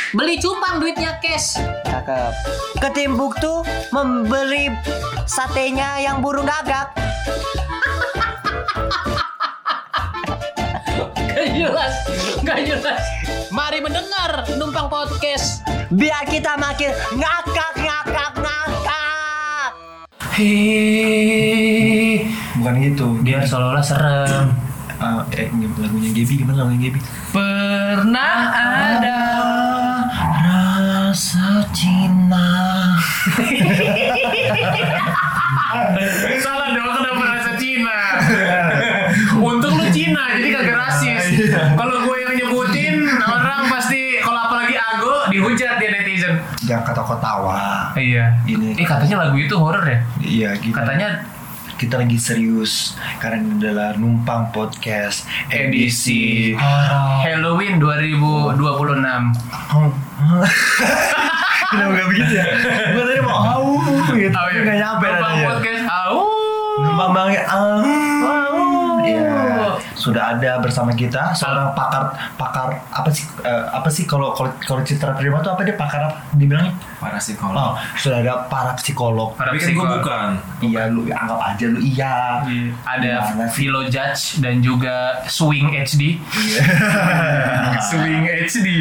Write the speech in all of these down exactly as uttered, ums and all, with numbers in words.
Beli cupang duitnya cash. Cakep. Ke Timbuktu membeli satenya yang burung gagak. Gak jelas, gak jelas. Mari mendengar Numpang Podcast. Biar kita makin ngakak ngakak ngakak. Hei, Bukan gitu. biar seolah-olah serem. Uh, eh lagunya Gaby gimana lagunya Gaby? Pernah ada Rasa Cina. salah dong, kenapa rasa Cina? Untung lu Cina, jadi kagak rasis. Kalau gue yang nyebutin, orang pasti kalau apalagi Ago dihujat dia netizen. Jangan kata-katawa. Iya. Ini. Eh katanya lagu itu horor ya? Iya gitu. Katanya kita lagi serius karena ini adalah Numpang Podcast edisi Halloween dua ribu dua puluh enam. Kenapa gak begitu ya? Gue tadi mau au gitu, Oh, iya. gak nyampe Numpang nadanya. Podcast. Au. Numpang banget au. Au. Iya, sudah ada bersama kita seorang pakar pakar apa sih eh, apa sih kalau kalau kalau citra prima tuh apa dia pakar apa dibilangnya? Para psikolog. Oh, sudah ada para psikolog. Para Tapi kan gue psikolog. bukan. Iya, lu anggap aja lu iya. Ada Gimana sih? Philo Judge dan juga Swing H D. Swing H D.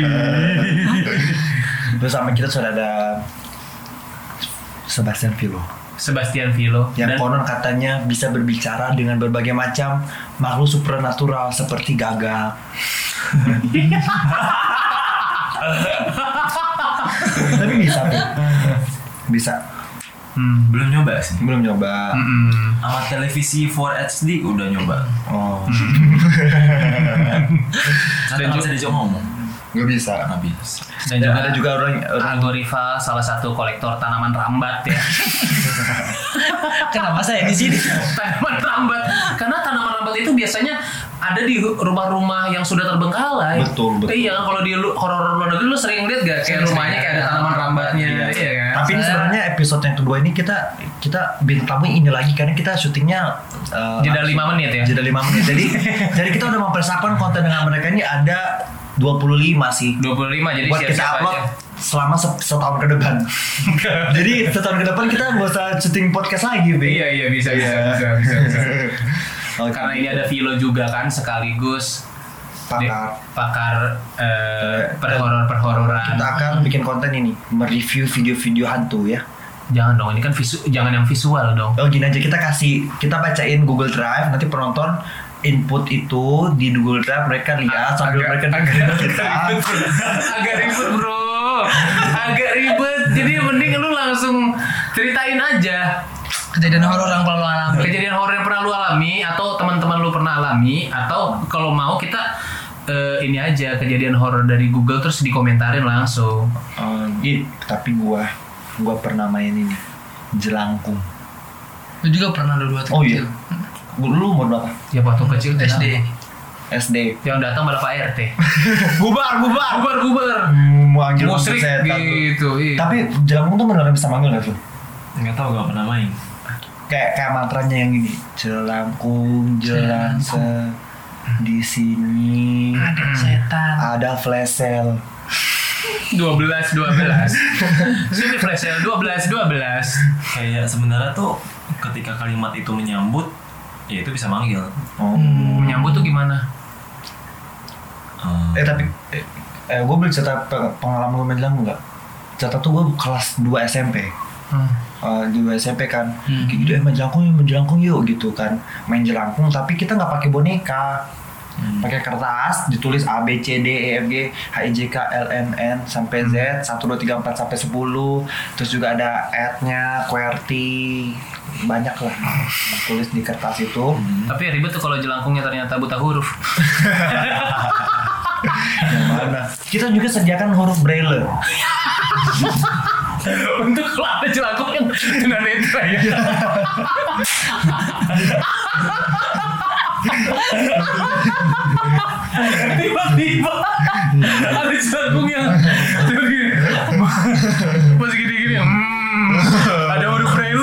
Bersama kita sudah ada Sebastian Philo Sebastian Philo yang dan konon katanya bisa berbicara dengan berbagai macam makhluk supernatural seperti gagak. Tapi bisa tuh. Bisa. hmm. Belum nyoba sih. Belum nyoba. Mm-mm. Sama televisi four H D udah nyoba. Oh. Ternyata nggak bisa diajak ngomong. Gak bisa. Nggak bisa. Dan Dan juga ada juga orang orang Algo Rival, salah satu kolektor tanaman rambat ya. Kenapa saya di sini? Tanaman rambat, karena tanaman rambat itu biasanya ada di rumah-rumah yang sudah terbengkalai. Betul, betul. Iya, kalau di lu- horor luar negeri lu sering lihat gak kayak rumahnya kayak ada tanaman rambatnya, iya kan? Tapi ini sebenarnya episode yang kedua ini kita kita bintang tamu ini lagi karena kita syutingnya uh, Jeda lima menit ya. Jeda lima menit. Jadi jadi kita udah mempersiapkan konten dengan mereka ini ada dua puluh lima sih. dua puluh lima jadi Buat kita siap-siap upload aja. selama se- setahun ke depan. Jadi setahun ke depan kita nggak usah syuting podcast lagi, Be. Iya iya bisa bisa bisa bisa. bisa. Oke. Karena ini ada Philo juga kan sekaligus Pakar. di- pakar eh, Eh, perhoror perhororan. Kita akan bikin konten ini, mereview video-video hantu ya. Jangan dong, ini kan visu, jangan yang visual dong. Oh gini aja, kita kasih, kita bacain Google Drive, nanti penonton input itu di Google Drive, mereka lihat sambil Agak- mereka agak- dengerin agak kita. ribet. Agak ribet bro, agak ribet. Jadi mending lu langsung ceritain aja Kejadian horor yang perlu alami. kejadian horor yang pernah lu alami atau teman-teman lu pernah alami, atau kalau mau kita eh, ini aja kejadian horor dari Google terus dikomentarin langsung. Oh, i- tapi gua, gua pernah main ini, jelangkung. Lu juga pernah dulu waktu Oh iya. kecil. Gua dulu umur berapa? Ya waktu kecil S D. S D. yang datang malah Pak R T. Bubar, bubar. Bubar bubar. Mau manggil Musrik setan tuh. gitu. Iya. Tapi jelangkung tuh beneran bisa manggil nggak tuh? Nggak tahu, nggak pernah main. Kayak kayak mantranya yang gini, jelangkung jelangse di sini Ada setan. ada flash sale. dua belas dua belas. Sini flash sale dua belas dua belas. Kayak sebenarnya tuh ketika kalimat itu menyambut, ya itu bisa manggil. Oh. Menyambut tuh gimana? Eh, Eh tapi eh, eh gue boleh cerita pe- pengalaman gue main jelangkung nggak? Cerita tuh gue kelas dua S M P. Hmm. Uh, di S M P kan, Hmm. kayak gitu eh main jelangkung yuk, main jelangkung yuk gitu kan, main jelangkung tapi kita nggak pakai boneka, Hmm. pakai kertas ditulis A B C D E F G H I J K L M N sampai Z satu dua tiga empat sampai sepuluh, terus juga ada ad-nya, QWERTY, banyak lah tulis di kertas itu. Tapi ribet tuh kalau jelangkungnya ternyata buta huruf. Yang mana? Kita juga sediakan huruf braille. Untuk kalau ada jelangkung yang tunanetra ya. Tiba-tiba ada jelangkung yang gini, masih gini-gini. Hmm, ada huruf braille.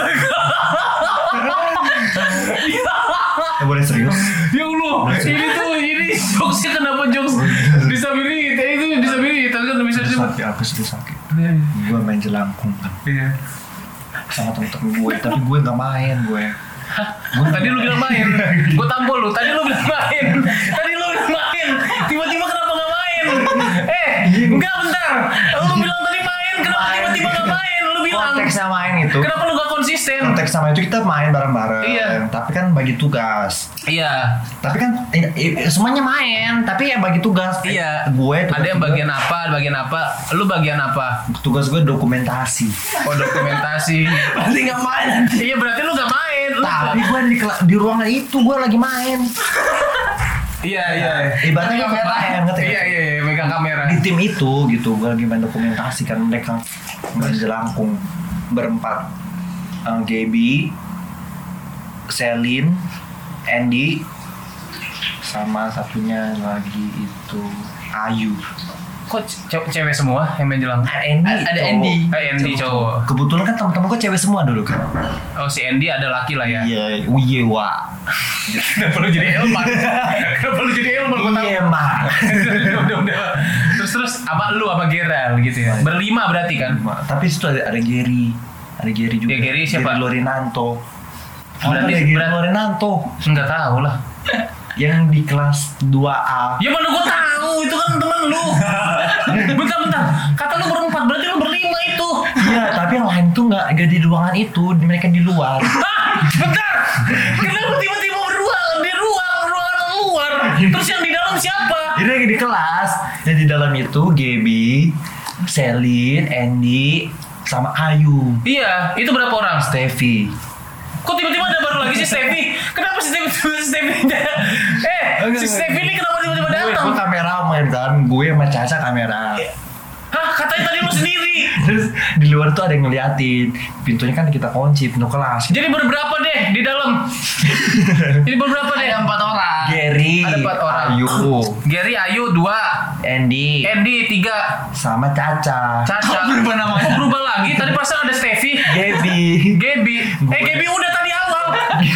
Eh, boleh serius? Ya Allah, ini tuh ini jokesnya kenapa jokes disabilitas itu disabilitas kan bisa disebut sakit, aku sedih sakit. Iya. Gue main jelangkung kan Iya. sama temen-temen gue, tapi gue nggak main gue. Gue tadi lu bilang main, gue tampol lu. Tadi lu bilang main, tadi lu bilang main. Tiba-tiba kenapa nggak main? Eh, enggak bentar. Lu bilang tadi main, kenapa tiba-tiba nggak main? Lu bilang. Konteksnya main itu. Kenapa lu gak konsisten? Konteks sama itu kita main bareng-bareng. Iya. Tapi kan bagi tugas. Iya. Tapi kan eh, eh, semuanya main, tapi ya bagi tugas. Iya. Gue tugas Ada yang gue- bagian apa, bagian apa? Lu bagian apa? tugas gue dokumentasi. Oh, dokumentasi. Berarti nggak main. Iya, berarti lu gak main. Lu Tapi gue di, kela- di ruangan itu gue lagi main. Iya, iya. Ibaratnya gue main, ngerti nggak? Iya, iya, iya, megang kamera. Di tim itu gitu, gue lagi main dokumentasi kan mereka main jelangkung berempat. Uh, Gaby, Selin, Andy, sama satunya lagi itu Ayu. Kok ce- cewek semua yang main jelangkung? Andy, Ada cowok. Andy. Eh, Andy cowok. Kebetulan kan teman-teman gue cewek semua dulu kan. Oh, si Andy ada laki lah ya. Iya, iya wa. Kenapa lu jadi Elman? Kenapa lu jadi Elman? Gua tahu. Iya mah. Udah, udah. Terus terus apa lu apa Gerald gitu ya? Berlima berarti kan? Tapi itu ada, ada Gary, ada Gary juga. Ya, Gary siapa? Gary Lorinanto. Berarti- ada Gary berat- Lorinanto Enggak tahu lah. yang di kelas dua A. Ya mana gua tahu itu kan teman lu. Bentar bentar. Kata lu berempat berarti lu berlima itu. Iya, tapi yang lain tuh nggak nggak di ruangan itu, mereka di luar. Hah? Bentar. Kenapa tiba-tiba beruang di ruang ruangan luar? Terus yang di dalam siapa? Ini lagi di kelas. Yang di dalam itu Gaby, Selin, Andy, sama Ayu, Iya, itu berapa orang? Steffi. Kok tiba-tiba ada baru lagi si Steffi? Kenapa si Steffi? Si Steffi eh, si Steffi ini kenapa tiba-tiba Gue, datang? gue kameramen kan, gue sama Caca kamera. Hah, katanya tadi lu sendiri. Terus di luar tuh ada yang ngeliatin. Pintunya kan kita kunci, pintu kelas. Jadi berberapa deh di dalam? Jadi berberapa deh? Ada empat orang. Gary, Ada empat orang. Ayu, Gary, Ayu dua, Andy, Andy tiga, sama Caca. Caca. Kok berubah namanya? Kok berubah lagi? Tadi perasaan ada Steffi, Gaby. Gaby. Eh, Gaby udah tadi awal.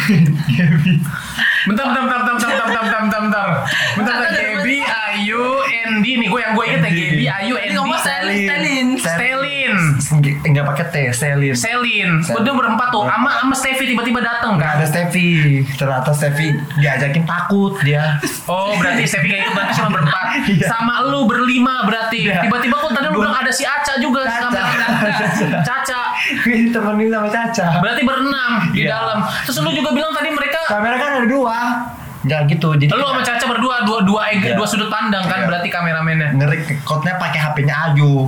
Gaby. Bentar, bentar, bentar, bentar, bentar, bentar, bentar, bentar, bentar. Bentar, bentar. Gaby, Ayu, Andy nih. Gue yang gue inget ya Gaby, Ayu, Ini ngomong Andy, Stelin. Stelin, Enggak pakai T, Selin. Selin. Udah berempat tuh. Ama ama Steffi tiba-tiba datang Enggak kan? ada Steffi. Ternyata Steffi diajakin takut dia. Oh, berarti Steffi kayak itu berarti cuma berempat. Iya. Sama lu berlima berarti. Iya. Tiba-tiba kok tadi lu Gua- bilang ada si Aca juga Caca. sama Caca. Gue ditemenin sama Caca. Berarti berenam di Iya. dalam. Terus lu juga bilang tadi mereka Kamera kan ada dua. Enggak gitu. Jadi lu sama Caca berdua dua dua Iya. dua sudut pandang kan Iya. berarti kameramennya. ngerik kodnya pakai H P-nya Ayu.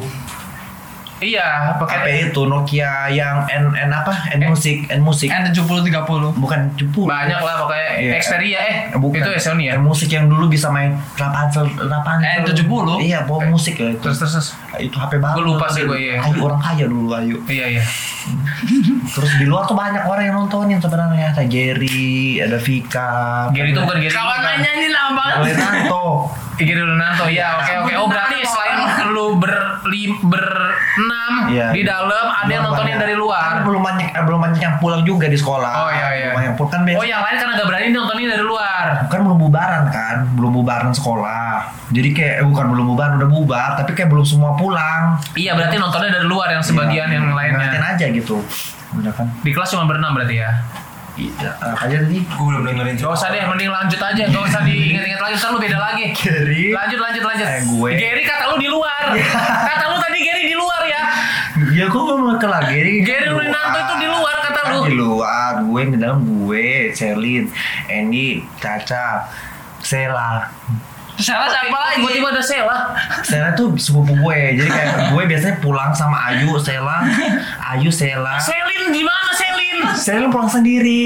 Iya, H P pakai itu Nokia yang N N apa? N musik, N musik. N tujuh puluh tiga puluh. Bukan jepul. banyak lah pokoknya Iya. Xperia eh Bukan. itu ya Sony ya. N musik yang dulu bisa main Rapunzel, Rapunzel. N tujuh puluh? Iya, bawa musik ya itu. Terus terus, terus. Itu H P baru. Gua lupa sih gua, iya. Ayu orang kaya dulu Ayu. Iya iya. Terus di luar tuh banyak orang yang nontonin sebenarnya. Ada Gary, ada Vika. Gary itu bukan Gary. Kawan nanya ini lama banget. Lorenanto. Gary Lunanto ya oke oke. Oh berarti selain lu berlim berenam Iya. di dalam ada yang nontonin Banyak. dari luar. Kan belum banyak eh, belum banyak yang pulang juga di sekolah. Oh iya iya. Belum banyak pulang kan biasa. Oh yang lain karena gak berani nontonin dari luar. Kan belum bubaran kan, belum bubaran sekolah. Jadi kayak eh, bukan belum bubaran udah bubar, tapi kayak belum semua pulang. Iya berarti nontonnya dari luar yang sebagian Iya, yang ngeliatin lainnya. aja gitu. Udah kan. Di kelas cuma berenam berarti ya. Iya, apa aja tadi? Gue belum dengerin. Gak usah deh, mending lanjut aja. Gak usah diinget-inget lagi, ntar lu beda lagi. Gary. Lanjut, lanjut, lanjut. Eh, gue. Gary kata lu di luar. Kata lu tadi Gary di luar ya. Ya gue mau ke lagi. Gary Lunanto itu di luar kata Kan lu. di luar, gue di dalam gue, Selin, Andy, Caca, Sela. Salah siapa lagi? Tiba-tiba ada Sela. Sela tuh sepupu gue, jadi kayak gue biasanya pulang sama Ayu, Sela, Ayu, Sela. Selin di mana Selin? Selin pulang sendiri.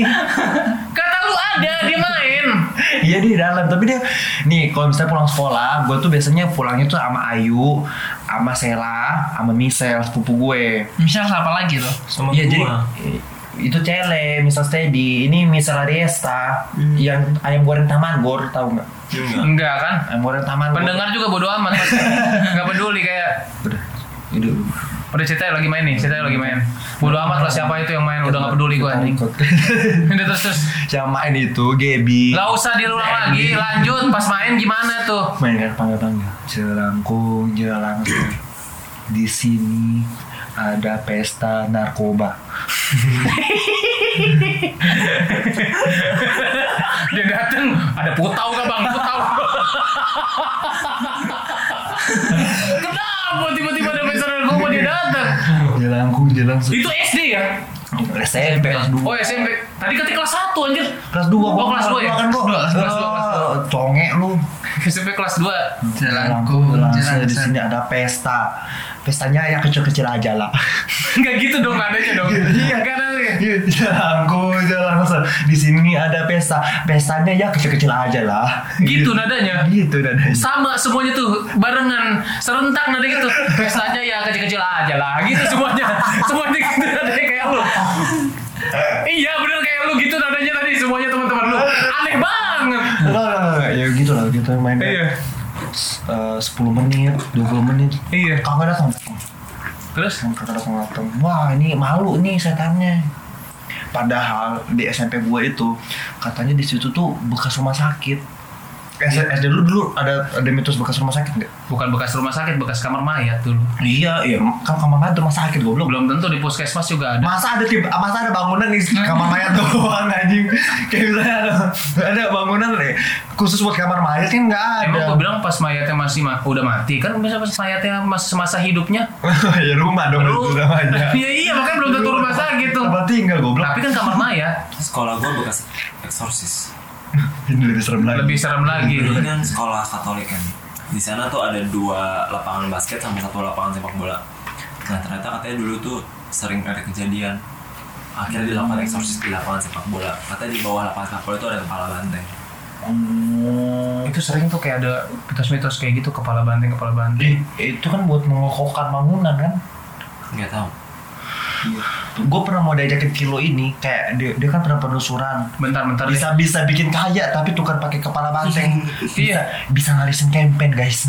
Kata lu ada dia main. Iya di dalam, tapi dia nih kalau misalnya pulang sekolah, gue tuh biasanya pulangnya tuh sama Ayu, sama Sela, sama Michelle sepupu gue. Misal siapa lagi tuh? Sama Iya jadi gua. eh, itu Cele, misal Steady, ini misal Ariesta, yang ayam goreng Tamagor, tahu nggak? Iya enggak? Enggak kan? Ayam goreng Tamagor. Pendengar juga bodo amat. Enggak peduli kayak Udah, itu. udah ceritanya lagi main nih, ceritanya lagi main. Bodo amat lah siapa itu yang main, udah enggak peduli gua anjing. Udah terus terus. Yang main itu Gaby. Enggak usah diulang lagi, lanjut pas main gimana tuh? Main kan panggil panggil. Jelangkung, jelang. di sini ada pesta narkoba. Dia dateng, ada putau gak bang? Putau. Kenapa tiba-tiba ada pesta narkoba dia datang? Jelangkung jelang Itu S D ya? S M P kelas dua. Oh S M P. Tadi ketik kelas satu anjir. Kelas dua. Oh kelas dua ya? kan gua. Kelas dua, kelas dua, kelas dua. Conge lu. S M P kelas dua. Jelangkung, Jelangkung di jelang. sini ada pesta. Pestanya yang kecil-kecil aja lah. Enggak gitu dong adanya dong. Iya. Enggak ada. Jelangkung, jelangkung. Di sini ada pesta. Pestanya ya kecil-kecil aja lah. Gitu nadanya. Gitu nadanya. Sama semuanya tuh barengan serentak nada gitu. Pestanya ya kecil-kecil aja lah. Gitu semuanya. Semuanya gitu nadanya kayak lu. Iya bener kayak lu gitu nadanya tadi semuanya teman-teman lu. Aneh banget. Enggak, ya gitu lah gitu main. Iya. Eh, sepuluh menit, dua puluh menit. Iya. Kagak datang. Terus Kagak datang datang. Wah, ini malu nih setannya. Padahal di S M P gue itu katanya di situ tuh bekas rumah sakit. S D dulu dulu ada ada mitos bekas rumah sakit nggak? bukan bekas rumah sakit, bekas kamar mayat dulu. Iya, iya. Kan kamar mayat rumah sakit goblok. Belum tentu di puskesmas juga ada. Masa ada tipe, masa ada bangunan di kamar mayat doang anjing. Kayak misalnya ada ada bangunan deh khusus buat kamar mayat kan nggak ada. Emang gue bilang pas mayatnya masih ma- udah mati kan bisa pas mayatnya masih semasa hidupnya. Ya rumah dong Lu- itu namanya. Iya iya makanya belum tentu rumah sakit tuh. Tempat tinggal goblok. Tapi kan kamar mayat Sekolah gue bekas eksorsis. Ini lebih serem lagi. lebih serem lagi. Dulu kan sekolah Katolik kan. Di sana tuh ada dua lapangan basket sama satu lapangan sepak bola. Nah ternyata katanya dulu tuh sering ada kejadian. Akhirnya dilakukan eksorsis di lapangan sepak bola. Katanya di bawah lapangan sepak bola itu ada kepala banteng. Oh. Itu sering tuh kayak ada mitos-mitos kayak gitu, kepala banteng kepala banteng. Eh, itu kan buat mengokohkan bangunan kan? Nggak tahu. Iya. Gue pernah mau diajakin kilo ini, kayak dia, dia kan pernah penelusuran. Bentar-bentar deh. Bisa bisa bikin kaya tapi tukar pakai kepala banteng. Iya. Bisa ngalisin campaign guys.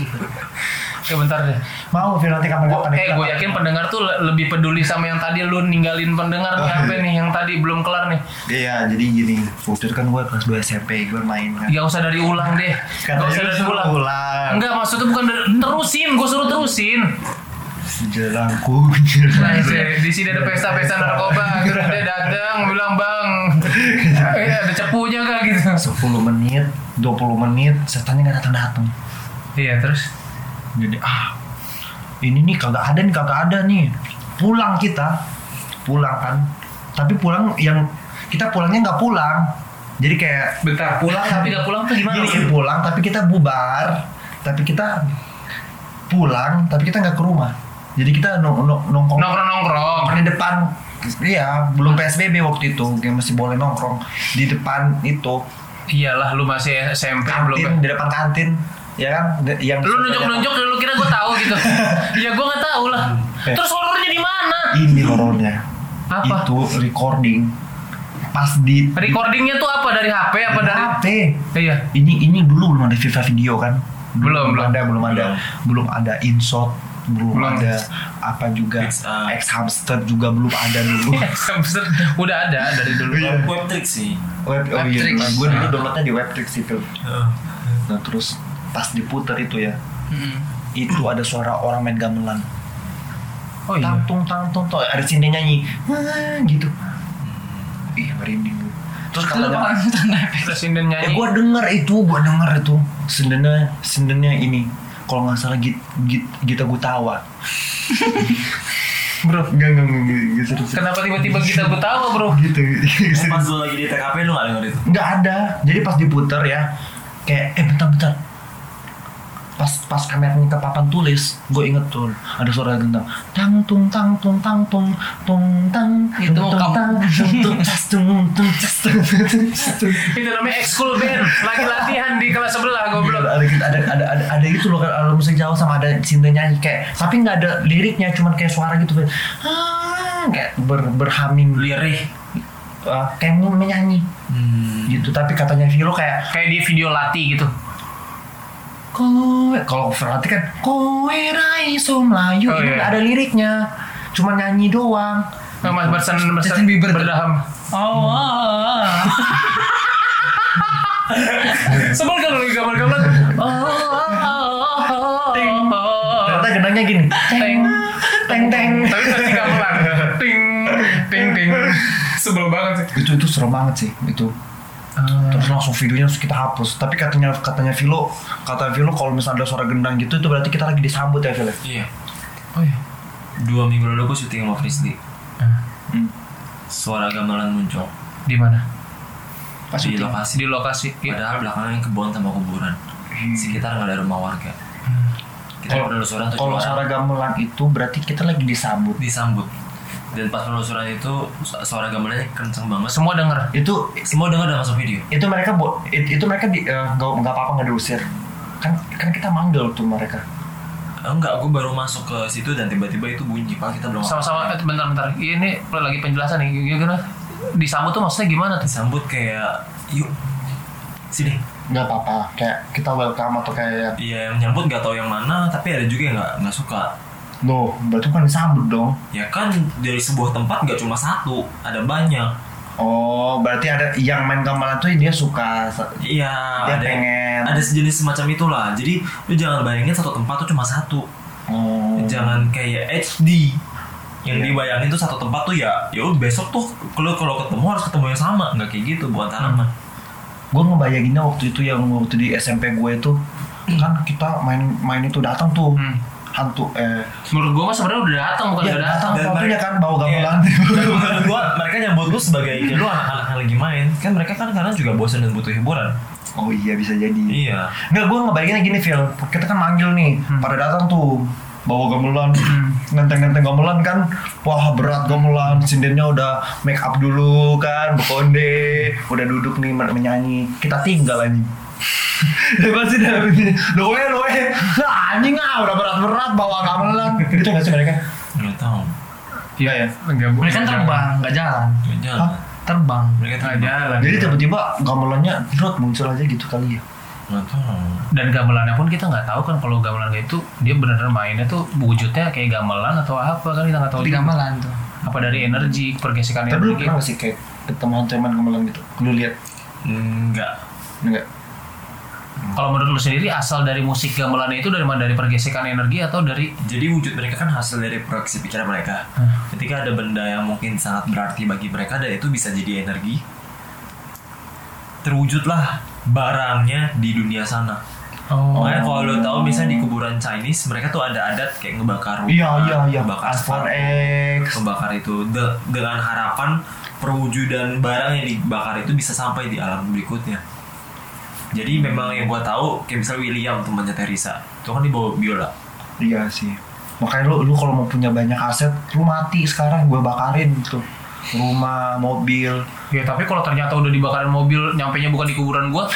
Oke bentar deh. Mau Phil nanti kapan-kapan. Eh gue yakin pendengar tuh le- lebih peduli sama yang tadi lu ninggalin pendengar nih apa nih yang tadi belum kelar nih. Iya, jadi gini. Waktu itu kan gue kelas dua S M P gue main kan. Gak usah dari ulang deh. Gak usah dari ulang. ulang. Enggak maksudnya bukan dari, terusin, gue suruh terusin. Jelangkung, Nah, jelangkung. di sini ada pesta-pesta narkoba, terus dia datang bilang bang, eh, ada cepunya gak gitu? sepuluh menit, dua puluh menit, setannya nggak datang-datang. Iya terus, Jadi ah, ini nih kagak ada nih kagak ada nih. Pulang kita, pulang kan. Tapi pulang yang kita pulangnya nggak pulang. Jadi kayak bentar pulang tapi gak pulang tuh gimana? gini, pulang tapi kita bubar, tapi kita pulang tapi kita nggak ke rumah. Jadi kita nong nong nongkrong Nongkrong-nongkrong. di depan. Iya, belum P S B B waktu itu, kayak masih boleh nongkrong di depan itu. Iyalah lu masih S M P belum. Kantin, di depan kantin, ya kan? De- Yang Lu nunjuk-nunjuk lu kira gue tahu gitu. Ya gue nggak tahu lah. Eh. Terus horornya di mana? Ini horornya. Apa? Itu recording. Pas di Recordingnya tuh apa dari H P apa dari? H P. Iya. Ini ini dulu belum ada Viva video kan? Belum, belum. ada, belum ada, belum ada InShot, belum, Belum. ada apa juga X, uh, X hamster juga belum ada dulu. Hamster udah ada dari dulu. Iya. Webtrick sih. Web, oh iya, Webtrix. gue dulu downloadnya di Webtrix itu. Nah terus pas diputer itu ya, Mm-mm. itu ada suara orang main gamelan. Oh iya. Tangtung tangtung tuh ada sini nyanyi, wah gitu. Ih merinding gue. Terus Itu katanya, lapangan tanda efek. Terus Inden eh nyanyi. gue denger itu, gue denger itu. Sendennya, sendennya ini. Kalau nggak salah git, git, Gita Gutawa. Bro, Enggak enggak enggak enggak serius. kenapa tiba-tiba kita gue tahu bro? Gitu. Pas lu lagi di T K P lu nggak denger itu? Nggak ada. Jadi pas diputer ya, kayak eh bentar bentar. Pas pas kameranya ke papan tulis, gue inget tuh ada suara gendang, tang tung tang tung tang tung tung tang Itu tung tung kamu. tang tung tung cas tung tung cas tung tung. Itu namanya ekskul band. Lagi latihan di kelas sebelah goblok. Ada gitu, ada ada ada ada gitu loh, ada musik Jawa sama ada Sinta nyanyi kayak, tapi nggak ada liriknya, cuman kayak suara gitu kayak, ah, kayak ber, berhaming Lirih. uh, kayak menyanyi gitu, tapi katanya Vilo kayak Kayak di video Lati gitu. kowe, kalau berarti kan kowe raiso melayu, Oh, ini iya. nggak ada liriknya, cuma nyanyi doang. Nah, Mas bersen bersen Justin Bieber. berdaham. Oh, ah, ah. Sebel kan lagi gambar-gambar. Oh, oh, oh, oh, oh. Ternyata nendangnya gini. Teng, Teng teng. tapi versi gamelan. Ting, ting, ting. Sebel banget sih. Itu itu serem banget sih itu. Terus langsung videonya harus kita hapus. Tapi katanya katanya Vilo, kata Vilo kalau misalnya ada suara gendang gitu itu berarti kita lagi disambut ya Vilo. Iya. Oh iya. Dua minggu lalu gue syuting sama Frisdi. Hmm. Suara gamelan muncul Di mana? Pas di syuting. lokasi. Di lokasi. Iya. Padahal belakangnya kebun sama kuburan. Sekitar nggak ada rumah warga. Kita Kalau- penelusuran tuh Kalau cuma suara gamelan itu berarti kita lagi disambut. disambut. Dan pas penelusuran itu su- suara gamelannya kenceng banget. Semua denger. Itu Semua dengar dan masuk video. itu mereka bo, it- itu mereka di eh, nggak nggak apa-apa nggak diusir. Kan kan kita manggil tuh mereka. Enggak, gue baru masuk ke situ dan tiba-tiba itu bunyi. Pak kita belum Sama-sama, eh, bentar-bentar. Ini lagi penjelasan nih. Gimana? Disambut tuh maksudnya gimana tuh? disambut kayak yuk sini. Nggak apa-apa. Kayak kita welcome atau kayak Iya, yang nyambut nggak tahu yang mana, tapi ada juga yang nggak nggak suka. no, berarti bukan disambut dong. Ya kan dari sebuah tempat nggak cuma satu, ada banyak. Oh, berarti ada yang main gamelan tuh dia suka. Iya, Dia ada pengen. ada sejenis semacam itulah. Jadi lu jangan bayangin satu tempat tuh cuma satu. Oh. Jangan kayak H D yang Iya. dibayangin tuh satu tempat tuh ya, ya udah besok tuh kalau kalau ketemu harus ketemu yang sama, nggak kayak gitu, bukan tanaman. Gue ngebayanginnya waktu itu yang waktu di S M P gue itu kan kita main main itu datang tuh Hmm. hantu eh Menurut gua mah sebenarnya udah datang bukan ya udah datang. datang hantunya kan bawa gamelan. Dan menurut gua mereka nyambut lu sebagai kayak lu anak-anak yang lagi main, kan mereka kan karena juga bosan dan butuh hiburan. Oh iya bisa jadi. Iya. Nggak, gue ngebayanginnya gini Phil, kita kan manggil nih, pada datang tuh bawa gamelan, ngenteng-ngenteng gamelan kan, wah berat gamelan, sindennya udah make up dulu kan, berkonde, udah duduk nih men- menyanyi, kita tinggal anjing. Ya pasti dah begini, loe loe, nah anjing ah udah berat-berat bawa gamelan, gitu nggak sih mereka? Nggak tahu. Iya ya. Enggak, Bu. Mereka kan terbang, nggak jalan. Nggak jalan. Hah? Terbang. Mereka Nggak terbang. jalan. Jadi tiba-tiba gamelannya drot muncul aja gitu kali ya. Nggak tahu. Dan gamelannya pun kita nggak tahu kan kalau gamelan kayak itu dia benar-benar mainnya tuh wujudnya kayak gamelan atau apa kan kita nggak tahu Di juga. gamelan tuh. Apa dari energi pergesekan Tapi lu energi. pernah nggak sih kayak ketemu hantu-hantu gamelan gitu? Lu lihat? Enggak. Enggak? Kalau menurut lu sendiri asal dari musik gamelannya itu dari mana? Dari pergesekan energi atau dari Jadi wujud mereka kan hasil dari proyeksi pikiran mereka. Ketika ada benda yang mungkin sangat berarti bagi mereka dan itu bisa jadi energi, terwujudlah barangnya di dunia sana. Oh. Makanya kalau lo tahu misalnya di kuburan Chinese mereka tuh ada adat kayak ngebakar rumah, Iya iya iya. ngebakar As for sepatu, X. ngebakar itu De- dengan harapan perwujudan barang yang dibakar itu bisa sampai di alam berikutnya. Jadi memang yang gua tahu kayak misalnya William temannya Teresa itu kan dibawa biola. Iya sih. Makanya lu lu kalau mau punya banyak aset, lu mati sekarang gue bakarin tuh. Rumah, mobil. Ya tapi kalau ternyata udah dibakarin mobil nyampenya bukan di kuburan gua.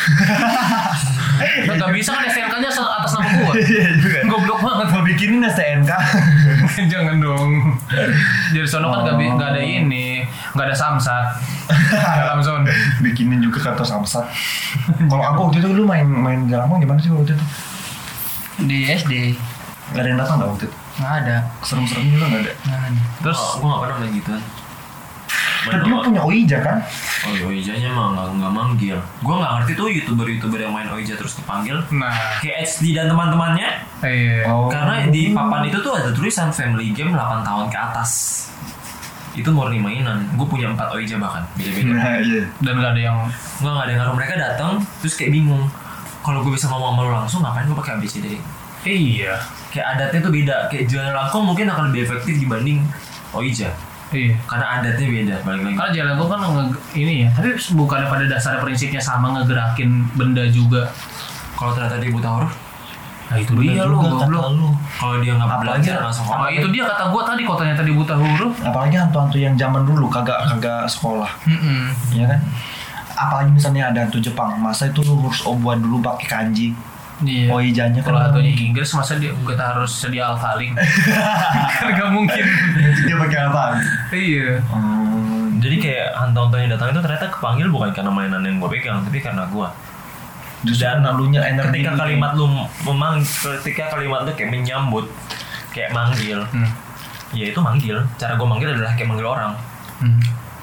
Nggak bisa kan S T N K-nya atas nama gua. Iya juga. Goblok banget. Mau bikinin S T N K. Jangan dong. Jadi sono kan nggak bi- nggak ada ini, nggak ada samsat dalam zone. Bikinin juga kata samsat. Kalau aku waktu itu lu main main Jalangkung gimana sih waktu itu? Di S D. Gak ada yang datang nggak waktu itu? Nggak ada. Serem-serem juga nggak ada. Nggak ada. Terus Oh, gua nggak pernah main gituan. Tapi lu punya Oija kan? Oh iya, Oijanya mah nggak nggak manggil. Gua nggak ngerti tuh youtuber-youtuber yang main Oija terus kepanggil. nah, Kayak H D dan teman-temannya. iya. Oh. Karena di papan itu tuh ada tulisan family game delapan tahun ke atas. Itu murni mainan. Gue punya empat Oija bahkan beda-beda. Nah, iya. Dan nggak ada yang Nggak nggak ada yang ngaruh, mereka datang terus kayak bingung. Kalau gue bisa ngomong sama lu langsung, ngapain gue pakai A B C D? iya. Kayak adatnya tuh beda. Kayak jalan langkung mungkin akan lebih efektif dibanding Oija. Iya. Karena adatnya beda. Balik lagi. Karena jalan gua kan nge- ini ya, tapi bukannya pada dasarnya prinsipnya sama ngegerakin benda juga. Kalau ternyata dia buta huruf, Nah itu Bener dia lu juga kata goblok. lu. kalau dia nggak Apalagi- belajar langsung Oh itu dia kata gua tadi kok ternyata dia buta huruf. Apalagi hantu-hantu yang zaman dulu kagak kagak sekolah. Mm-mm. Iya kan? Apalagi misalnya ada hantu Jepang, masa itu lu harus obuan dulu pakai kanji. Iya. Oijanya Kalau kan hantunya Inggris masa dia kita harus sedia alfaling. Kan gak mungkin. dia pakai apa? Iya. Hmm, Jadi kayak hantu-hantu yang datang itu ternyata kepanggil bukan karena mainan yang gue pegang, tapi karena gue. justru Dan nalunya energi. Ketika kalimat lu memang, ketika kalimat lu kayak menyambut, kayak manggil, Hmm. ya itu manggil. Cara gue manggil adalah kayak manggil orang. Hmm.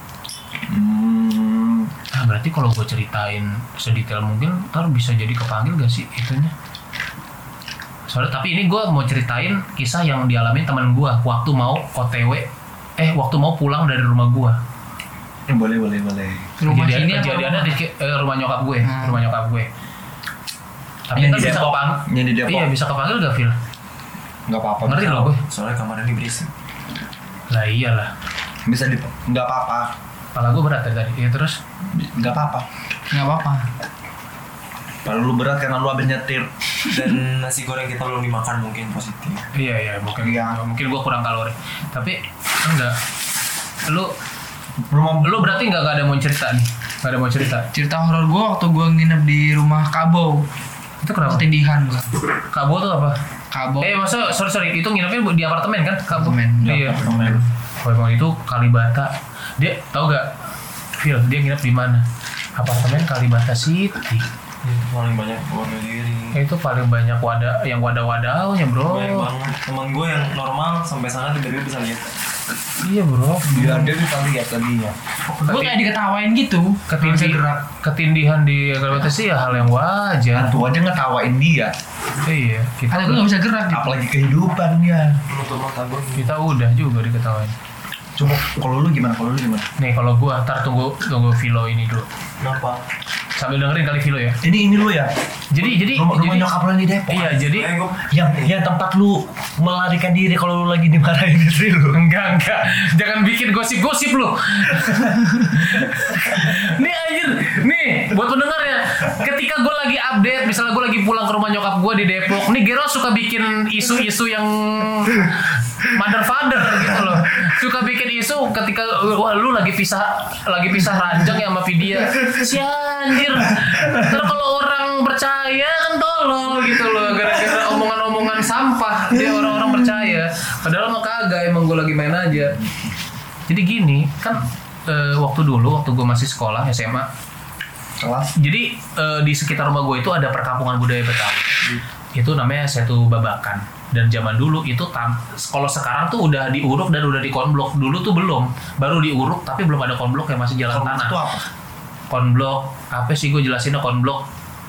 Hmm, Ah berarti kalau gue ceritain sedetail mungkin ntar bisa jadi kepanggil gak sih itunya? Soalnya tapi ini gue mau ceritain kisah yang dialamin teman gue waktu mau O T W, eh waktu mau pulang dari rumah gue. Eh, boleh boleh boleh. Rumah Kejadian, sini apa kejadiannya rumah? di eh, rumah nyokap gue, Hmm. rumah nyokap gue. Tapi Yang kan di bisa Depok. kepanggil. Yang di Depok. Iya bisa kepanggil gak Phil? Nggak apa-apa. Ngeri bisa. loh gue. Soalnya kamarnya ini berisik. Lah iyalah. Bisa di nggak apa-apa. Kepala gue berat dari tadi. Iya terus. Nggak apa-apa. Nggak apa-apa. Kalau lu berat karena lu habis nyetir. Dan nasi goreng kita belum dimakan mungkin positif. Iya iya mungkin Iya. mungkin gue kurang kalori. Tapi enggak. Lu Rumah lu berarti nggak nggak ada mau cerita nih? Nggak ada mau cerita. Cerita horor gue waktu gue nginep di rumah Kabo. Itu kenapa? Ketindihan gue. Kabo tuh apa? Kabo. Eh maksudnya sorry sorry itu nginepnya di apartemen kan? Kabo. Apartemen. Iya. Apartemen. Oh emang itu Kalibata. Dia tahu gak? Phil dia nginep di mana? Apartemen Kalibata City. Paling banyak keluarga diri. Itu paling banyak wadah yang wadah-wadahnya bro. Banyak banget. Teman gue yang normal sampai sana tiba-tiba bisa lihat. Iya bro. biar dia bisa lihat tadinya. Gue kayak diketawain gitu. Nggak bisa Ketindi, gerak. ketindihan di Kalibata sih ya hal yang wajar. Hantu aja ngetawain dia. Iya kita Ada gue nggak bisa gerak. Gitu. Apalagi kehidupannya. Menutup mata gue. kita udah juga diketawain. Coba kalau lu gimana? Kalau lu gimana? Nih kalau gua ntar tunggu tunggu Vilo ini dulu. Kenapa? Sambil dengerin kali Vilo ya. Ini ini lu ya. Jadi jadi Rumah, rumah jadi nyokap lu yang di Depok. iya jadi Eh, gue Yang yang tempat lu melarikan diri kalau lu lagi dimarahin istri lu. enggak enggak jangan bikin gosip-gosip lu. Nih anjir, nih buat pendengar ya. Ketika gue lagi update, misalnya gue lagi pulang ke rumah nyokap gue di Depok, nih Gero suka bikin isu-isu yang mother father gitu loh. Suka bikin isu ketika wah lu lagi pisah lagi pisah ranjang ya sama Vidya. Si anjir. Ntar kalau orang percaya kan tolol gitu loh gara-gara omongan-omongan sampah dia orang-orang percaya. Padahal mah kagak emang gue lagi main aja. Jadi gini kan eh, waktu dulu waktu gue masih sekolah S M A. Kelas. Jadi eh, di sekitar rumah gue itu ada perkampungan budaya Betawi. Itu namanya Setu Babakan. Dan zaman dulu itu tam, kalau sekarang tuh udah diuruk dan udah dikonblok. Dulu tuh belum, baru diuruk tapi belum ada konblok ya masih jalan Konblok tanah. itu apa? Konblok apa sih gue jelasinnya konblok?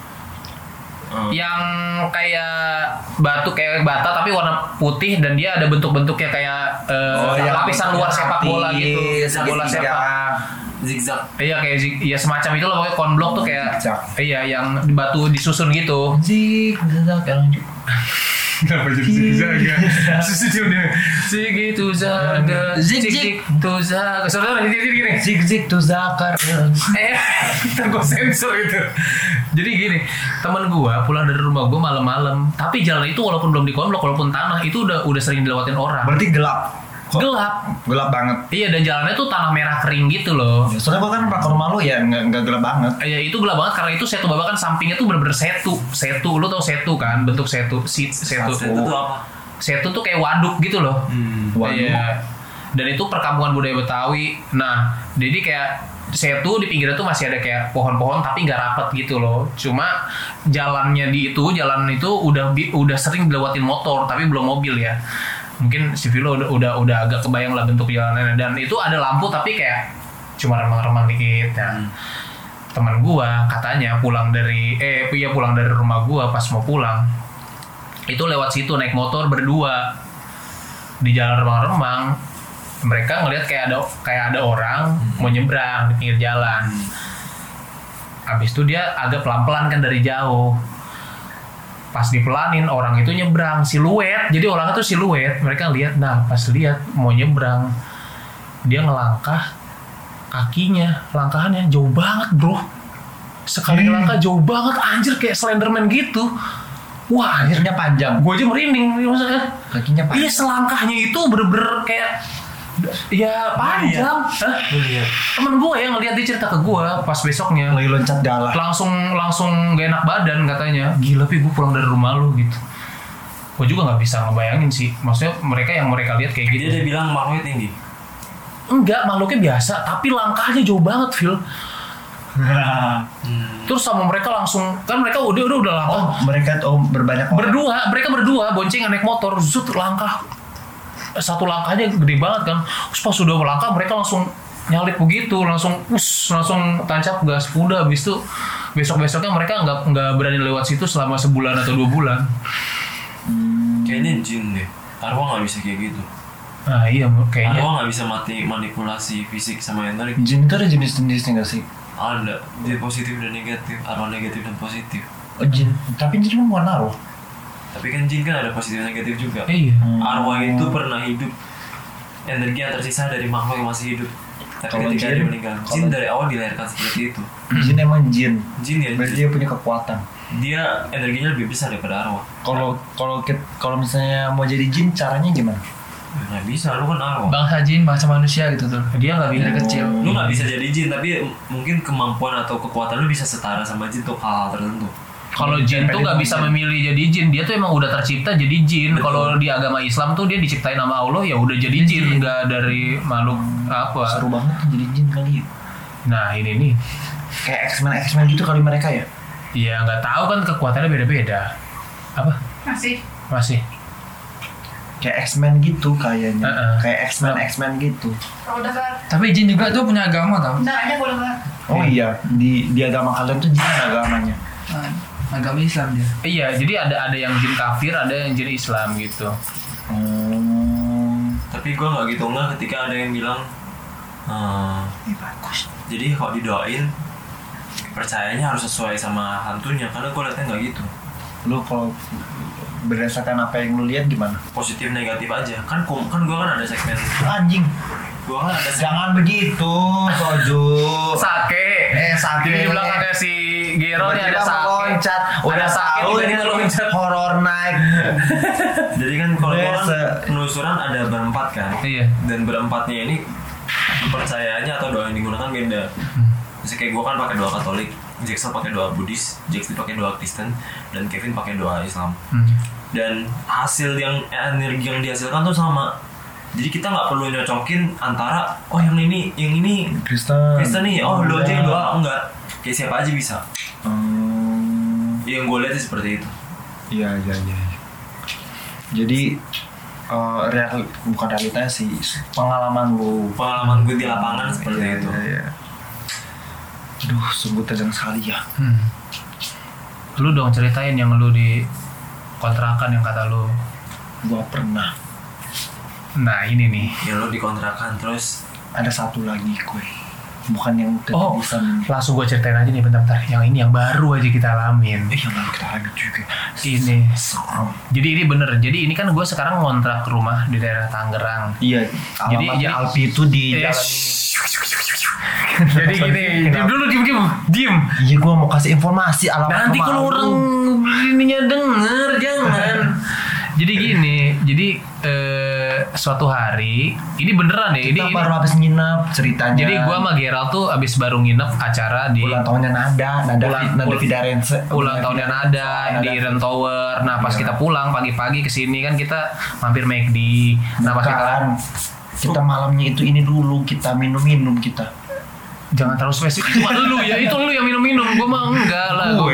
Hmm. Yang kayak batu kayak bata tapi warna putih dan dia ada bentuk-bentuknya kayak eh, Oh, yang lapisan luar sepak bola gitu, bola segitiga. sepak. Zigzag. Iya kayak zig, ya semacam itu lah pokoknya konblok tuh kayak Zigzag. iya yang batu disusun gitu. Zik, zigzag, sekarang juga. Kenapa jadi zigzag? Sesuatu dia. Zig itu zaga, Zig, zig zig. zig itu zaga. Saudara ini gini. Zik zik tuh zakar. Eh, ntar gue sensor itu. Jadi gini, teman gue pulang dari rumah gue malam-malam, tapi jalan itu walaupun belum dikonblok, walaupun tanah itu udah udah sering dilewatin orang. Berarti gelap. Kok Gelap. gelap banget. Iya dan jalannya tuh tanah merah kering gitu loh. Ya, soalnya gua kan pernah ke rumah lu ya nggak nggak gelap banget. Ya itu gelap banget karena itu Setu Babakan sampingnya tuh bener-bener setu. Setu, lu tau setu kan? Bentuk setu, si, setu. Itu tuh apa? Setu tuh kayak waduk gitu loh. Hmm. Waduh. Iya. Dan itu perkampungan budaya Betawi. Nah, jadi kayak setu di pinggirnya tuh masih ada kayak pohon-pohon tapi nggak rapet gitu loh. Cuma jalannya di itu, jalan itu udah bi- udah sering dilewatin motor tapi belum mobil ya. Mungkin si Vilo udah, udah udah agak kebayang lah bentuk jalanannya dan itu ada lampu tapi kayak cuma remang-remang dikit ya. Hmm. Teman gua katanya pulang dari eh iya pulang dari rumah gua pas mau pulang itu lewat situ naik motor berdua di jalan remang-remang mereka ngelihat kayak ada kayak ada orang mau nyebrang di pinggir jalan. Habis itu dia agak pelan-pelan kan dari jauh. Pas dipelanin orang itu nyebrang siluet. Jadi orangnya tuh siluet. Mereka lihat, nah pas lihat mau nyebrang dia ngelangkah kakinya, langkahannya jauh banget bro. Sekali ngelangkah jauh banget anjir kayak Slenderman gitu. Wah anjir Kakinya panjang. gue aja merinding maksudnya. Kakinya panjang. Iya selangkahnya itu bener-bener kayak ya panjang. Hah? Lu lihat. Temen gue yang ngeliat dia cerita ke gue pas besoknya Lagi loncat jalan. langsung langsung gak enak badan katanya. Gila Pi gue pulang dari rumah lu gitu. Gue juga nggak bisa ngebayangin sih. Maksudnya mereka yang mereka lihat kayak gitu. Dia udah bilang makhluknya tinggi. Enggak makhluknya biasa tapi langkahnya jauh banget Phil. Hmm. Terus sama mereka langsung kan mereka udah udah udah langkah Oh, mereka oh berbanyak orang. berdua mereka berdua boncengan naik motor zut langkah satu langkahnya gede banget kan. Terus pas sudah melangkah mereka langsung nyalip begitu langsung us langsung tancap gas udah habis itu besok besoknya mereka nggak nggak berani lewat situ selama sebulan atau dua bulan. Kayaknya jin deh. Arwah nggak bisa kayak gitu. Nah iya kayaknya. Arwah nggak bisa mati manipulasi fisik sama yang tadi. Jin itu ada jenis-jenisnya nggak sih? Ada, dia positif dan negatif, arwah negatif dan positif. Oh, jin, tapi jin kan bukan arwah. Tapi kan jin kan ada positif dan negatif juga. Iya. Arwah itu pernah hidup, energi yang tersisa dari makhluk yang masih hidup. Tapi Kalau ketika jin- dia meninggal, jin kalau- dari awal dilahirkan seperti itu. Jin emang jin. Jin ya, Berarti jin. dia punya kekuatan. Dia energinya lebih besar daripada arwah. Kalau kalau kit- kalau misalnya mau jadi jin caranya gimana? Nggak bisa, lu kan arwah. Bangsa jin, bangsa manusia gitu tuh. Dia nggak bisa Dari kecil. Lu nggak bisa jadi jin, tapi mungkin kemampuan atau kekuatan lu bisa setara sama jin untuk hal-hal tertentu. Kalau jin tuh nggak bisa memilih jadi jin, dia tuh emang udah tercipta jadi jin. Betul. Kalau di agama Islam tuh dia diciptain sama Allah ya udah jadi jin, nggak dari makhluk apa. Seru banget tuh jadi jin kali ya. Nah ini nih, Kayak X-Men X-Men gitu kali mereka ya. ya nggak tahu kan kekuatannya beda-beda. Apa? Masih. Masih? Kayak X-Men gitu kayaknya. Uh-uh. Kayak X-Men X-Men gitu. Kalau udah kelar. Tapi jin juga tuh punya agama tau. Bentar aja kalau kelar. Oh iya, di di agama kalian tuh jin agamanya. Nah, agama Islam dia. Iya, jadi ada ada yang jin kafir, ada yang jin Islam gitu. Hmm. Tapi gue nggak gitu nggak ketika ada yang bilang, ehm, Ini bagus. jadi kalau didoain percayanya harus sesuai sama hantunya, karena gue liatnya nggak gitu. Lu kalau berdasarkan apa yang lu lihat gimana? Positif negatif aja. Kan kom- kan gue kan ada segmen, Anjing. gue kan ada segmen. Jangan begitu, Soju. Sake. Eh, sake. Jadi di belakangnya si Gero nih ada Tiba-tiba sake. meloncat. Udah Ada sake tahu juga ini dia loncat. horror night. Jadi kan kalau gue kan Biasa. penelusuran ada berempat kan. Iya. Dan berempatnya ini kepercayaannya atau doa yang digunakan beda. Misalnya kayak gue kan pakai doa Katolik, Jackson pakai doa Buddhis, Jackson pakai doa Kristen, dan Kevin pakai doa Islam. Hmm. Dan hasil yang energi yang dihasilkan tuh sama. Jadi kita nggak perlu nyocokin antara oh yang ini yang ini Kristen. Kristen nih, oh lu aja yang doa enggak. Kayak siapa aja bisa. Hmm. Yang gue lihat sih seperti itu. Iya, iya, iya. Jadi eh, real, bukan realitanya sih, pengalaman lu. Pengalaman gue di lapangan seperti Iya, itu. iya, iya. Aduh, sungguh tajam sekali ya. Hmm. Lu dong ceritain yang lu di kontrakan yang kata lu. Gua pernah. Nah ini nih. Yang lo dikontrakan terus Ada satu lagi gue. Bukan yang Oh, bisa. langsung gue ceritain aja nih bentar-bentar. Yang ini yang baru aja kita alamin. Eh, yang baru kita lanjut juga. Ini. Serem. Jadi ini bener. Jadi ini kan gue sekarang ngontrak rumah di daerah Tangerang. Iya, Jadi- alamatnya jadi- Alpi itu di Eh, jalan ini. Jadi gini, diem dulu, diem, diem, diem. Iya, gua mau kasih informasi alamat Nanti rumah kalau lu. orang ininya denger, jangan. Jadi gini, jadi eh, suatu hari, ini beneran deh, ini, Kita ini. baru habis nginep ceritanya. Jadi gua sama Gerald tuh abis baru nginep acara di ulang tahunnya Nada, Nada, Ulang- Nada ulang- Fidarense. ulang tahunnya Nada di Iren Tower. Nah pas Iya. kita pulang pagi-pagi kesini kan kita mampir McD. Nah pas kita Bukan. Kita malamnya itu ini dulu, kita minum-minum kita. jangan terlalu spesifik, cuma lu ya, itu lu yang minum-minum, gue mah enggak lah. Gue.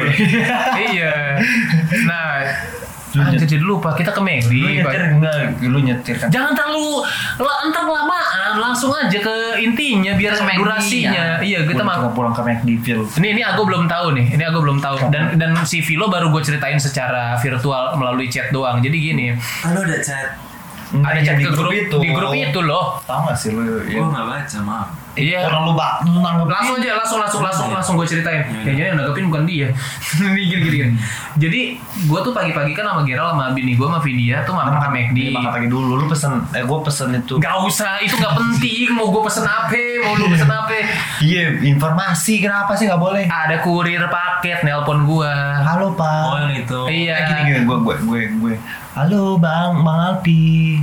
Iya. Nah, Lu anjir nyet- jadi lupa kita ke Lu McD. nyetir enggak? Lu nyetir kan? Jangan terlalu lah, entar kelamaan, langsung aja ke intinya biar Ke McD, durasinya. Iya, kita Pulang- mah. pulang ke McDville. Ini ini aku belum tahu nih. Ini aku belum tahu. Dan dan si Vilo baru gue ceritain secara virtual melalui chat doang. Jadi gini, ah, lo ada chat. ada Iya, chat ke grup di grup itu loh. Tahu gak sih lu? Gue nggak baca, maaf. Iya. Orang lu bak, lu nanggepin. Langsung aja, langsung langsung langsung langsung gue ceritain. Iya. Kayaknya yang nanggepin bukan dia. Ini gini gini. gini. Jadi gue tuh pagi-pagi kan sama Gerald sama bini gue sama Vidya tuh mampir ke McD. Iya, makan pagi dulu. Lu pesen, eh gue pesen itu. Gak usah, itu gak penting. Mau gue pesen apa, mau lu pesen apa. Iya, informasi kenapa sih nggak boleh? Ada kurir paket nelpon gue. Halo Pak. Oh yang itu. Iya. Eh, gini gini, gue gue gue gue. Halo Bang, Bang Alpi.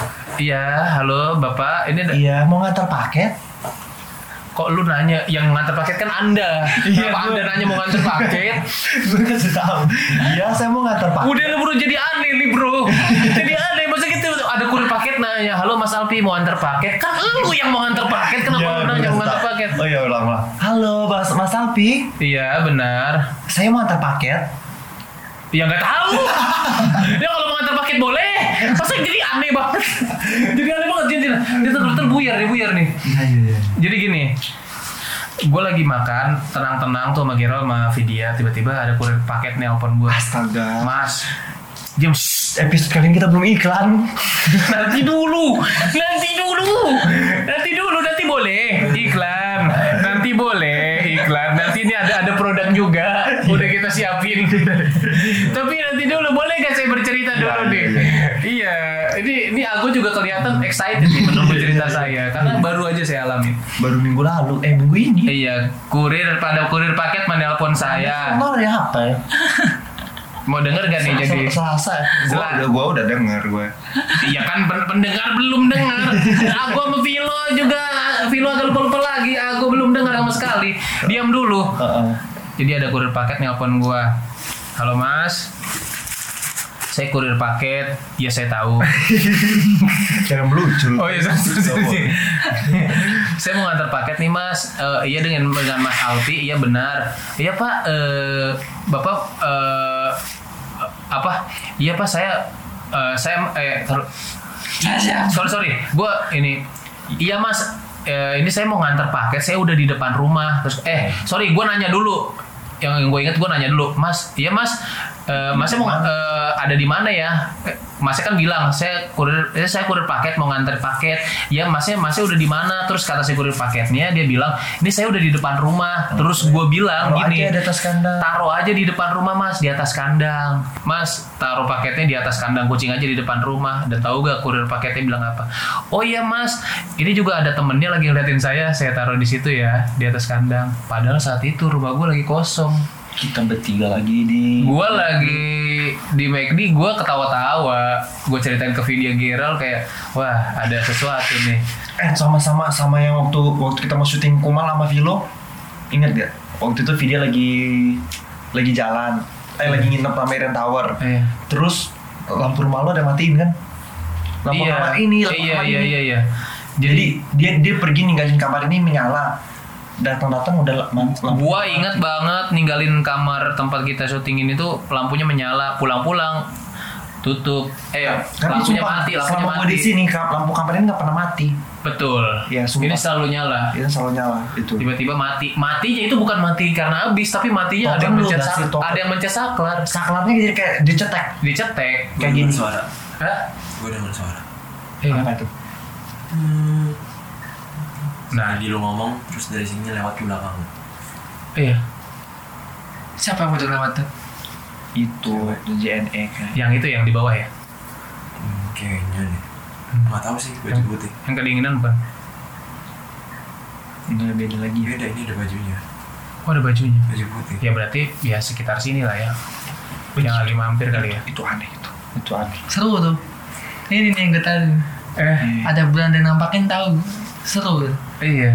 Iya, halo Bapak. Ini ada- Iya, mau ngantar paket? kok lu nanya yang nganter paket kan Anda. Iya, Kenapa gua- Anda nanya mau nganter paket? Gue kasih tahu. Iya, saya mau ngantar paket. Udah lu bro jadi aneh nih bro. Jadi aneh masa gitu ada kurir paket nanya, "Halo Mas Alpi mau antar paket?" Kan lu yang mau nganter paket, kenapa Iya, lu gue nanya kasih mau nganter tahu. paket? Oh iya, ulang ulang. Halo, Mas Mas Alpi. Iya, benar. Saya mau antar paket. Ya nggak tahu. Ya kalau mau nganter paket boleh. Masa jadi aneh banget. Jadi aneh banget jadi dia betul-betul buyar, dia buyar nih. Iya iya iya. Jadi gini, gue lagi makan tenang-tenang tuh sama Gerald sama Vidya, tiba-tiba ada kurir paket nelpon gue. Astaga. Mas, jam shh, episode kali ini kita belum iklan. Nanti dulu, nanti dulu, nanti dulu, nanti boleh iklan, nanti boleh iklan, nanti ini ada ada produk juga, udah kita siapin. Tapi nanti dulu, boleh gak saya bercerita dulu Ya, nih? ya, ya. Iya, ini ini aku juga kelihatan excited nih menunggu cerita saya, karena baru aja saya alami. Baru minggu lalu, eh minggu ini. Iya, kurir pada kurir paket menelpon saya. Nomor ya apa ya? Mau denger gak nih jadi? Selasa. Gua Selasa. udah gua udah denger gue. Iya kan pen- pendengar belum dengar. Aku sama Vilo juga, Vilo agak lupa-lupa lagi. Aku belum dengar sama sekali. Diam dulu. Heeh. Jadi ada kurir paket nelpon gua. Halo Mas. Saya kurir paket. Ya saya tahu. Jangan melucu. Oh iya, sorry, sorry. Saya mau ngantar paket nih Mas. Eh, iya dengan dengan Mas Alfi. Iya benar. Iya Pak. Eh, Bapak. Eh, apa? Iya Pak. Saya. Eh, saya. Eh, ter- sorry sorry. Gua ini. Iya Mas. Eh, ini saya mau ngantar paket. Saya udah di depan rumah. Terus. Eh, sorry. Gua nanya dulu. Yang gue inget gue nanya dulu, Mas. Iya Mas. Uh, masnya mau uh, ada di mana ya? Eh, Masnya kan bilang saya kurir, eh, saya kurir paket mau nganter paket. Ya Masnya Masnya udah di mana? Terus kata si kurir paketnya dia bilang ini saya udah di depan rumah. Terus gue bilang Taruh gini, aja di atas kandang. taruh aja di depan rumah Mas, di atas kandang. Mas taruh paketnya di atas kandang kucing aja di depan rumah. Udah tahu gak kurir paketnya bilang apa? Oh iya Mas, ini juga ada temennya lagi ngeliatin saya. Saya taruh di situ ya, di atas kandang. Padahal saat itu rumah gue lagi kosong. Kita bertiga lagi di. Gue lagi di McD, gue ketawa-tawa, gue ceritain ke video Gerald kayak, wah ada sesuatu nih. Eh sama-sama sama yang waktu waktu kita mau syuting Kumal sama Vilo, ingat gak? Waktu itu video lagi lagi jalan, eh lagi nginep sama Iren Tower. Eh. Terus lampu rumah lo ada matiin kan? Lampu Iya, kamar ini, lampu iya, kamar iya, ini. iya, iya. Jadi dia dia pergi ninggalin kamar ini menyala. Datang-datang udah lampu. Gua ingat banget ninggalin kamar tempat kita syuting ini tuh lampunya menyala, pulang-pulang tutup. Eh, Tapi lampunya sumpah, mati, lampunya selama gue mati. di sini kap, lampu kamar ini nggak pernah mati. Betul. Iya, sumpah. Ini selalu nyala. Itu selalu nyala itu. Tiba-tiba mati. Matinya itu bukan mati karena habis, tapi matinya ada Token yang lu, mencet ngasih sak- token. ada yang mencet saklar. Saklarnya jadi kayak dicetek. Dicetek Gue Kayak denger gini. suara. Hah? Gue denger suara. Iya. Apa itu? Nah, Jadi lu ngomong terus dari sini lewat ke belakang. iya. Siapa yang mau lewat tuh? Itu J N E kan. Yang itu yang di bawah ya. Hmm, kayaknya nih. Hmm. Nggak tahu sih baju putih. Yang kedinginan bukan? Ini beda lagi. Beda, ini ada bajunya. Oh, ada bajunya. Baju putih. Ya berarti ya sekitar sini lah ya. Yang lagi mampir kali ya. Itu aneh itu. Itu aneh. Seru tuh. Ini nih yang gue tahu. Eh, Ada bulan dan nampakin tahu. Seru tuh. iya.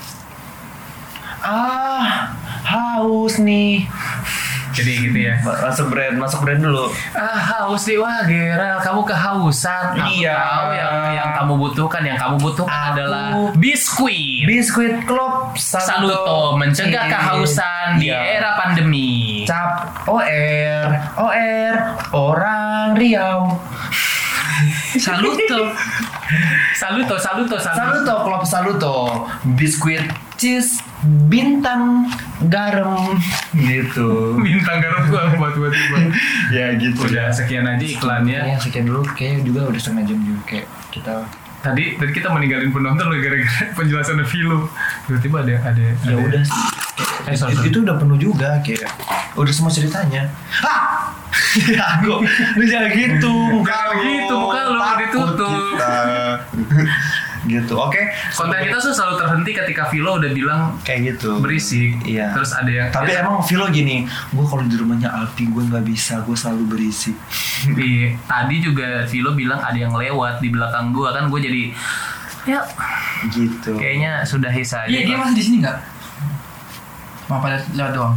Ah, haus nih. Jadi gitu ya. Masuk brand, masuk brand dulu. Ah, haus nih. Wah, Gerald, kamu kehausan. Aku Iya. tahu yang yang kamu butuhkan, yang kamu butuhkan Aku- adalah biskuit. Biskuit Klop Saluto mencegah Iya. kehausan di Iya. era pandemi. Cap O R O R orang Riau. Saluto. Saluto, saluto, saluto. Saluto Klop Saluto. Biskuit cheese bintang garam gitu. Bintang garam gua buat buat buat. Ya gitu. Udah sekian aja iklannya. Ya sekian dulu, kayak juga udah setengah jam juga kayak kita. Tadi tadi kita meninggalin penonton loh gara-gara penjelasan Vilo. Tiba-tiba ada ada. Ya ada- udah. Eh, sorry, itu, sorry. itu udah penuh juga kayak. Udah semua ceritanya. Ah! Ya aku, lu jangan gitu, muka Jangan lu. gitu, muka lu Takut ditutup. kita. Gitu, oke. Konten kita tuh selalu terhenti ketika Vilo udah bilang Kayak gitu. berisik. Iya. Terus ada yang Tapi emang Vilo gini, gue kalau di rumahnya Alfi gue nggak bisa, gue selalu berisik. Iya, tadi juga Vilo bilang ada yang lewat di belakang gua kan, gue jadi ya Gitu. kayaknya sudah hisa aja. Iya, dia masih di sini nggak? Mau pada lewat doang.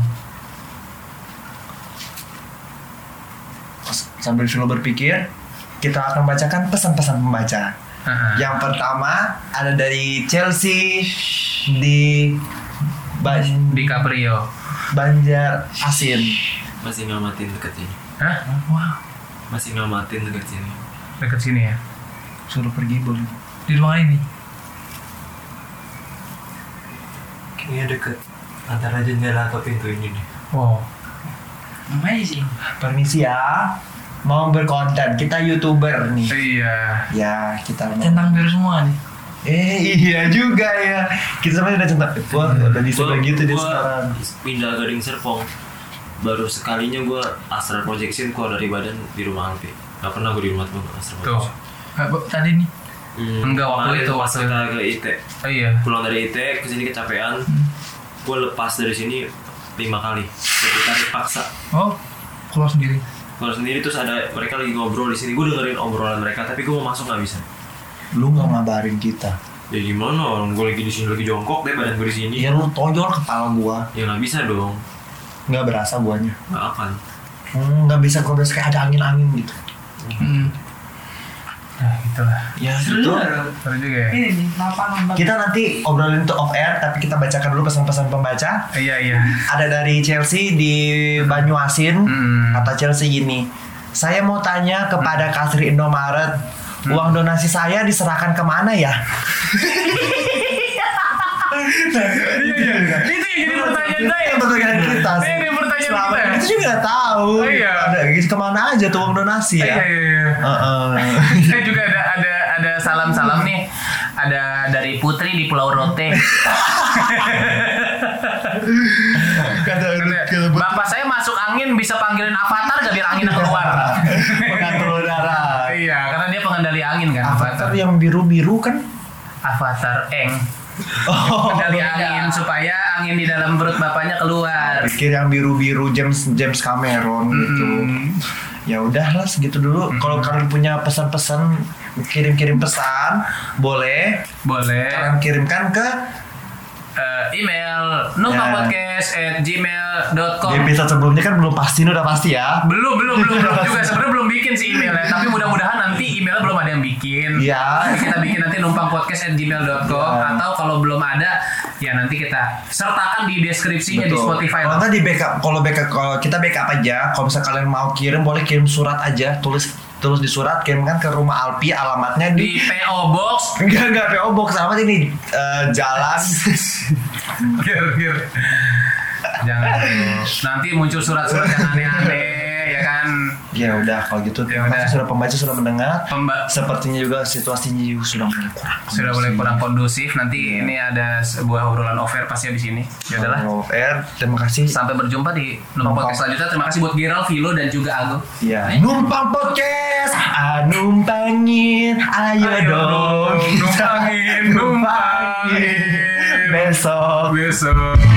Sambil Vilo berpikir, kita akan bacakan pesan-pesan pembaca. Aha. Yang pertama ada dari Chelsea di Ban- Di Caprio. Banjar Asin. Masih ngamatin deket sini. Hah? Wow. Masih ngamatin deket sini. Deket sini ya. Suruh pergi boleh. Di ruangan ini. Kayaknya deket antara jendela atau pintu ini nih. Wow. Amazing. Permisi ya. mau berkonten. Kita YouTuber nih. Iya. Ya, kita mau. Centang biru semua nih. Eh iya juga ya. Kita sebenarnya udah centang. Wah, udah bisa Gua- begitu dia gua sekarang. pindah Gading Serpong. Baru sekalinya gue astral projection keluar dari badan di rumah Alpi. Gak pernah gue di rumah temen astral Tuh. projection. Ah, Bu, tadi nih. Hmm, Enggak, waktu kemarin itu, pas waktu kita ke I T. Oh iya. Pulang dari I T kesini kecapean. Gue lepas dari sini lima kali. Jadi tarik paksa. Oh, keluar sendiri. Kalau sendiri terus ada mereka lagi ngobrol di sini. Gue dengerin obrolan mereka tapi gue mau masuk nggak bisa. Lu nggak ngabarin kita. Ya gimana? Orang gue lagi di sini lagi jongkok deh badan gue di sini. Ya lu tonjol kepala gua. Ya nggak bisa dong. Nggak berasa guanya. Nggak akan. Hmm, nggak bisa gua berasa kayak ada angin-angin gitu. Hmm. Nah, gitulah. Ya gitu. Seru juga ya. Ini nih, lapangan bagi. Kita nanti obrolin itu off air, tapi kita bacakan dulu pesan-pesan pembaca. Iya, iya. Ada dari Chelsea di Banyuasin. Hmm. Kata Chelsea gini, saya mau tanya kepada Kasri Indomaret, uang donasi saya diserahkan kemana ya? Iya, iya. Itu yang jadi pertanyaan saya. Itu pertanyaan kita. Itu yang jadi pertanyaan Selama kita. ini kita juga nggak tahu. Oh, iya. Ada kemana aja tuh uang donasi ya? Iya, iya, iya. Heeh. Saya juga ada ada ada salam-salam nih. Ada dari Putri di Pulau Rote. Kata Bapak saya masuk angin bisa panggilin Avatar gak biar anginnya keluar. pengatur udara. Iya, karena dia pengendali angin kan. Avatar yang biru-biru kan? Avatar Eng. Oh, Pengendali angin supaya angin di dalam perut bapaknya keluar. pikir yang biru-biru James James Cameron gitu. Ya udahlah segitu dulu. Kalau kalian punya pesan-pesan, kirim-kirim pesan, boleh. Boleh. Kalian kirimkan ke Eh, email numpangpodcast at gmail dot com. di episode sebelumnya kan belum pasti, ini udah pasti ya. Belum, belum, belum, belum juga. Sebenarnya belum bikin sih emailnya, tapi mudah-mudahan nanti emailnya belum ada yang bikin. Iya. Jadi kita bikin nanti numpangpodcast at gmail dot com Iya. atau kalau belum ada ya nanti kita sertakan di deskripsinya di Betul. Spotify. Kalau nggak di backup, kalau backup, kalau kita backup aja. Kalau misalnya kalian mau kirim, boleh kirim surat aja, tulis tulis di surat, kirimkan ke rumah Alpi, alamatnya Di di P O Box. enggak enggak P O Box, alamat ini eh, jalan. Gir, gir. Jangan. Nanti muncul surat-surat yang aneh-aneh ya kan. Ya udah kalau gitu, Ya terima udah. kasih sudah pembaca sudah mendengar. Pemba- Sepertinya juga situasinya juga sudah mulai kurang. sudah mulai kurang kondusif. Nanti ini ada sebuah obrolan offer pasti habis ini. Ya udahlah. Off air, terima kasih. Sampai berjumpa di Numpang Podcast selanjutnya. Terima kasih buat Giral, Vilo dan juga Ago. Ya, numpang podcast, ah, numpangin, ayo, dong, numpangin, numpangin. besok. Besok.